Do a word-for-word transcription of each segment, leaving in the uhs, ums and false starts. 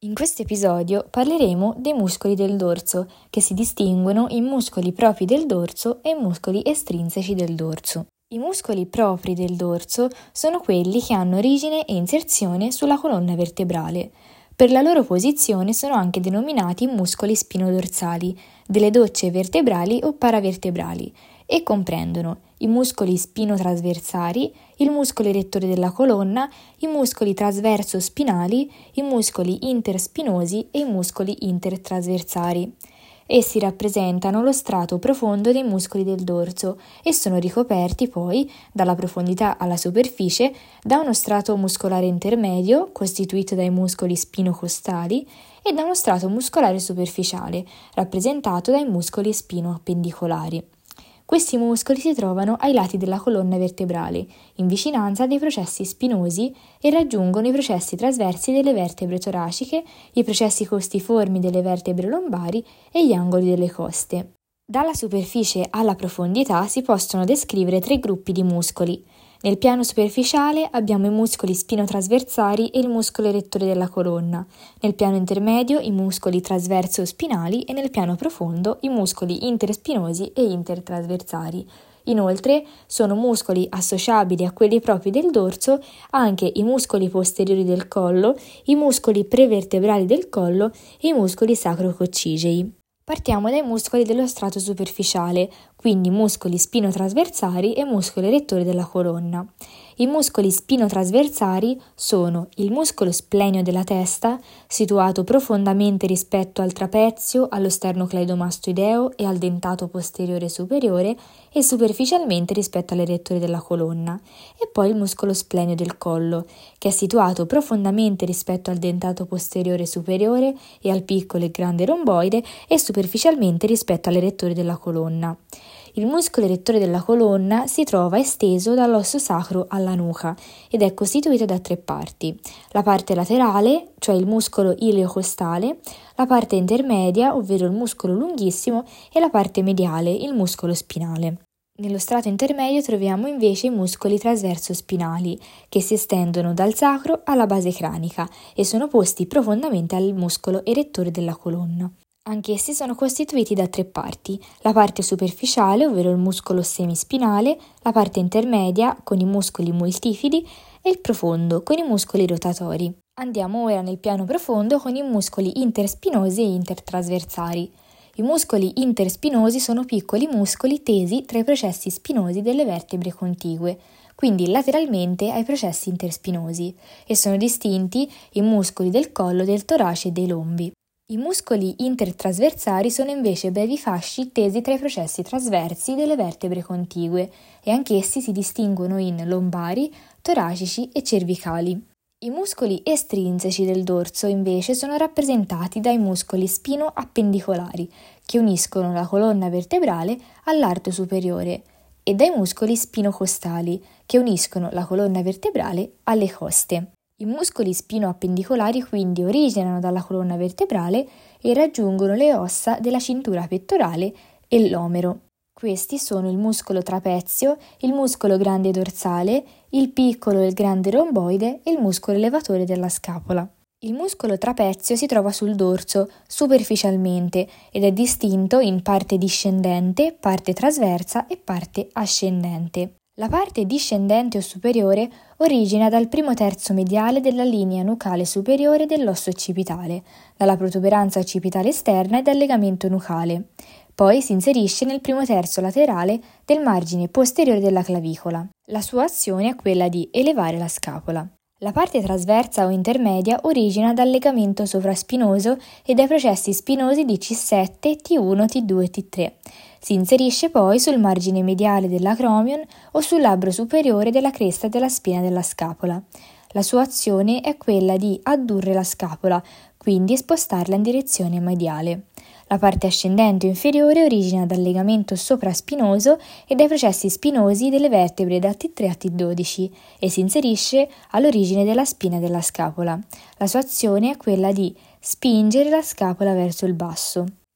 In questo episodio parleremo dei muscoli del dorso, che si distinguono in muscoli propri del dorso e muscoli estrinseci del dorso. I muscoli propri del dorso sono quelli che hanno origine e inserzione sulla colonna vertebrale. Per la loro posizione sono anche denominati muscoli spinodorsali, delle docce vertebrali o paravertebrali, e comprendono i muscoli spinotrasversali, il muscolo erettore della colonna, i muscoli trasverso-spinali, i muscoli interspinosi e i muscoli intertrasversali. Essi rappresentano lo strato profondo dei muscoli del dorso e sono ricoperti poi, dalla profondità alla superficie, da uno strato muscolare intermedio, costituito dai muscoli spinocostali, e da uno strato muscolare superficiale, rappresentato dai muscoli spino-appendicolari. Questi muscoli si trovano ai lati della colonna vertebrale, in vicinanza dei processi spinosi, e raggiungono i processi trasversi delle vertebre toraciche, i processi costiformi delle vertebre lombari e gli angoli delle coste. Dalla superficie alla profondità si possono descrivere tre gruppi di muscoli. Nel piano superficiale abbiamo i muscoli spinotrasversali e il muscolo erettore della colonna, nel piano intermedio i muscoli trasverso-spinali e nel piano profondo i muscoli interspinosi e intertrasversali. Inoltre sono muscoli associabili a quelli propri del dorso anche i muscoli posteriori del collo, i muscoli prevertebrali del collo e i muscoli sacrococcigei. Partiamo dai muscoli dello strato superficiale, quindi muscoli spinotrasversali e muscolo erettore della colonna. I muscoli spinotrasversali sono il muscolo splenio della testa, situato profondamente rispetto al trapezio, allo sternocleidomastoideo e al dentato posteriore superiore e superficialmente rispetto all'erettore della colonna, e poi il muscolo splenio del collo, che è situato profondamente rispetto al dentato posteriore superiore e al piccolo e grande romboide e superficialmente rispetto all'erettore della colonna. Il muscolo erettore della colonna si trova esteso dall'osso sacro alla nuca ed è costituito da tre parti: la parte laterale, cioè il muscolo ileocostale, la parte intermedia, ovvero il muscolo lunghissimo, e la parte mediale, il muscolo spinale. Nello strato intermedio troviamo invece i muscoli trasverso-spinali, che si estendono dal sacro alla base cranica e sono posti profondamente al muscolo erettore della colonna. Anch'essi sono costituiti da tre parti: la parte superficiale, ovvero il muscolo semispinale, la parte intermedia con i muscoli multifidi e il profondo con i muscoli rotatori. Andiamo ora nel piano profondo con i muscoli interspinosi e intertrasversali. I muscoli interspinosi sono piccoli muscoli tesi tra i processi spinosi delle vertebre contigue, quindi lateralmente ai processi interspinosi, e sono distinti i muscoli del collo, del torace e dei lombi. I muscoli intertrasversali sono invece brevi fasci tesi tra i processi trasversi delle vertebre contigue e anch'essi si distinguono in lombari, toracici e cervicali. I muscoli estrinseci del dorso invece sono rappresentati dai muscoli spino-appendicolari che uniscono la colonna vertebrale all'arto superiore e dai muscoli spinocostali che uniscono la colonna vertebrale alle coste. I muscoli spino-appendicolari quindi originano dalla colonna vertebrale e raggiungono le ossa della cintura pettorale e l'omero. Questi sono il muscolo trapezio, il muscolo grande dorsale, il piccolo e il grande romboide e il muscolo elevatore della scapola. Il muscolo trapezio si trova sul dorso superficialmente ed è distinto in parte discendente, parte trasversa e parte ascendente. La parte discendente o superiore origina dal primo terzo mediale della linea nucale superiore dell'osso occipitale, dalla protuberanza occipitale esterna e dal legamento nucale. Poi si inserisce nel primo terzo laterale del margine posteriore della clavicola. La sua azione è quella di elevare la scapola. La parte trasversa o intermedia origina dal legamento sovraspinoso e dai processi spinosi di C sette, T uno, T due e T tre. Si inserisce poi sul margine mediale dell'acromion o sul labbro superiore della cresta della spina della scapola. La sua azione è quella di addurre la scapola, quindi spostarla in direzione mediale. La parte ascendente o inferiore origina dal legamento sopraspinoso e dai processi spinosi delle vertebre da T tre a T dodici e si inserisce all'origine della spina della scapola. La sua azione è quella di spingere la scapola verso il basso.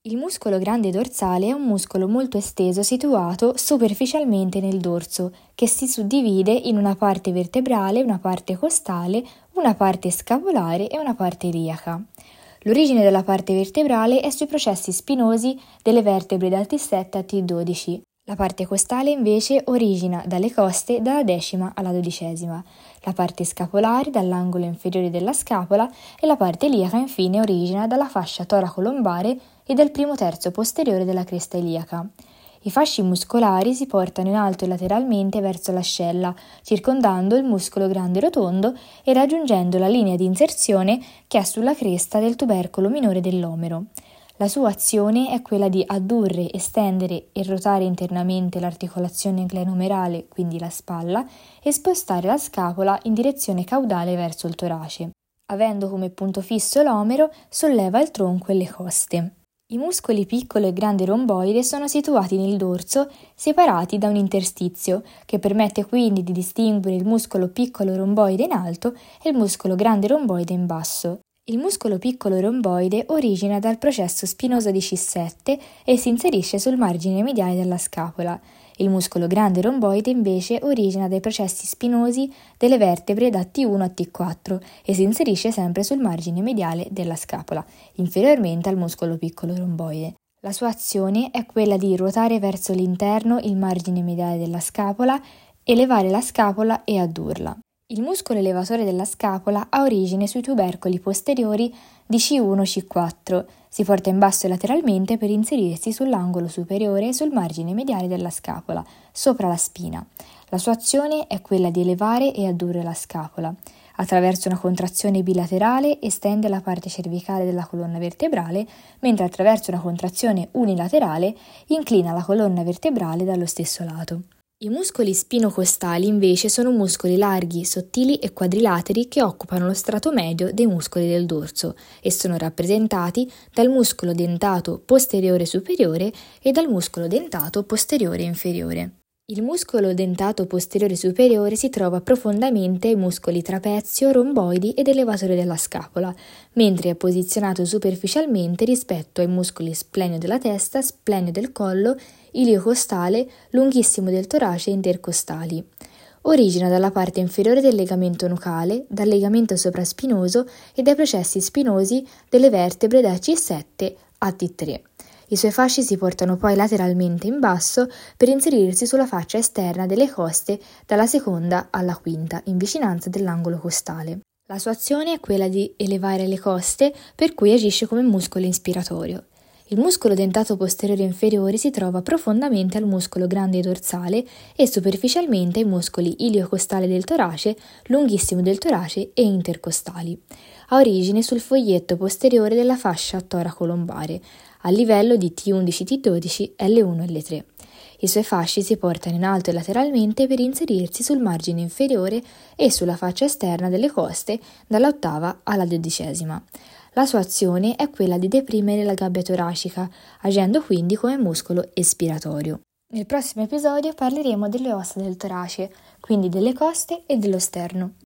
Il muscolo grande dorsale è un muscolo molto esteso situato superficialmente nel dorso, che si suddivide in una parte vertebrale, una parte costale, una parte scapolare e una parte iliaca. L'origine della parte vertebrale è sui processi spinosi delle vertebre da T sette a T dodici. La parte costale invece origina dalle coste dalla decima alla dodicesima, la parte scapolare dall'angolo inferiore della scapola e la parte iliaca infine origina dalla fascia toracolombare e dal primo terzo posteriore della cresta iliaca. I fasci muscolari si portano in alto e lateralmente verso l'ascella, circondando il muscolo grande rotondo e raggiungendo la linea di inserzione che è sulla cresta del tubercolo minore dell'omero. La sua azione è quella di addurre, estendere e ruotare internamente l'articolazione glenomerale, quindi la spalla, e spostare la scapola in direzione caudale verso il torace. Avendo come punto fisso l'omero, solleva il tronco e le coste. I muscoli piccolo e grande romboide sono situati nel dorso, separati da un interstizio, che permette quindi di distinguere il muscolo piccolo romboide in alto e il muscolo grande romboide in basso. Il muscolo piccolo romboide origina dal processo spinoso di C sette e si inserisce sul margine mediale della scapola. Il muscolo grande romboide invece origina dai processi spinosi delle vertebre da T uno a T quattro e si inserisce sempre sul margine mediale della scapola, inferiormente al muscolo piccolo romboide. La sua azione è quella di ruotare verso l'interno il margine mediale della scapola, elevare la scapola e addurla. Il muscolo elevatore della scapola ha origine sui tubercoli posteriori di C uno C quattro, si porta in basso lateralmente per inserirsi sull'angolo superiore e sul margine mediale della scapola, sopra la spina. La sua azione è quella di elevare e addurre la scapola. Attraverso una contrazione bilaterale estende la parte cervicale della colonna vertebrale, mentre attraverso una contrazione unilaterale inclina la colonna vertebrale dallo stesso lato. I muscoli spinocostali invece sono muscoli larghi, sottili e quadrilateri che occupano lo strato medio dei muscoli del dorso e sono rappresentati dal muscolo dentato posteriore superiore e dal muscolo dentato posteriore inferiore. Il muscolo dentato posteriore superiore si trova profondamente ai muscoli trapezio, romboidi ed elevatore della scapola, mentre è posizionato superficialmente rispetto ai muscoli splenio della testa, splenio del collo, iliocostale, lunghissimo del torace e intercostali. Origina dalla parte inferiore del legamento nucale, dal legamento sopraspinoso e dai processi spinosi delle vertebre da C sette a T tre. I suoi fasci si portano poi lateralmente in basso per inserirsi sulla faccia esterna delle coste dalla seconda alla quinta, in vicinanza dell'angolo costale. La sua azione è quella di elevare le coste, per cui agisce come muscolo inspiratorio. Il muscolo dentato posteriore inferiore si trova profondamente al muscolo grande dorsale e superficialmente ai muscoli iliocostale del torace, lunghissimo del torace e intercostali. Ha origine sul foglietto posteriore della fascia toracolombare, a livello di T undici T dodici, L uno L tre. I suoi fasci si portano in alto e lateralmente per inserirsi sul margine inferiore e sulla faccia esterna delle coste dall'ottava alla dodicesima. La sua azione è quella di deprimere la gabbia toracica, agendo quindi come muscolo espiratorio. Nel prossimo episodio parleremo delle ossa del torace, quindi delle coste e dello sterno.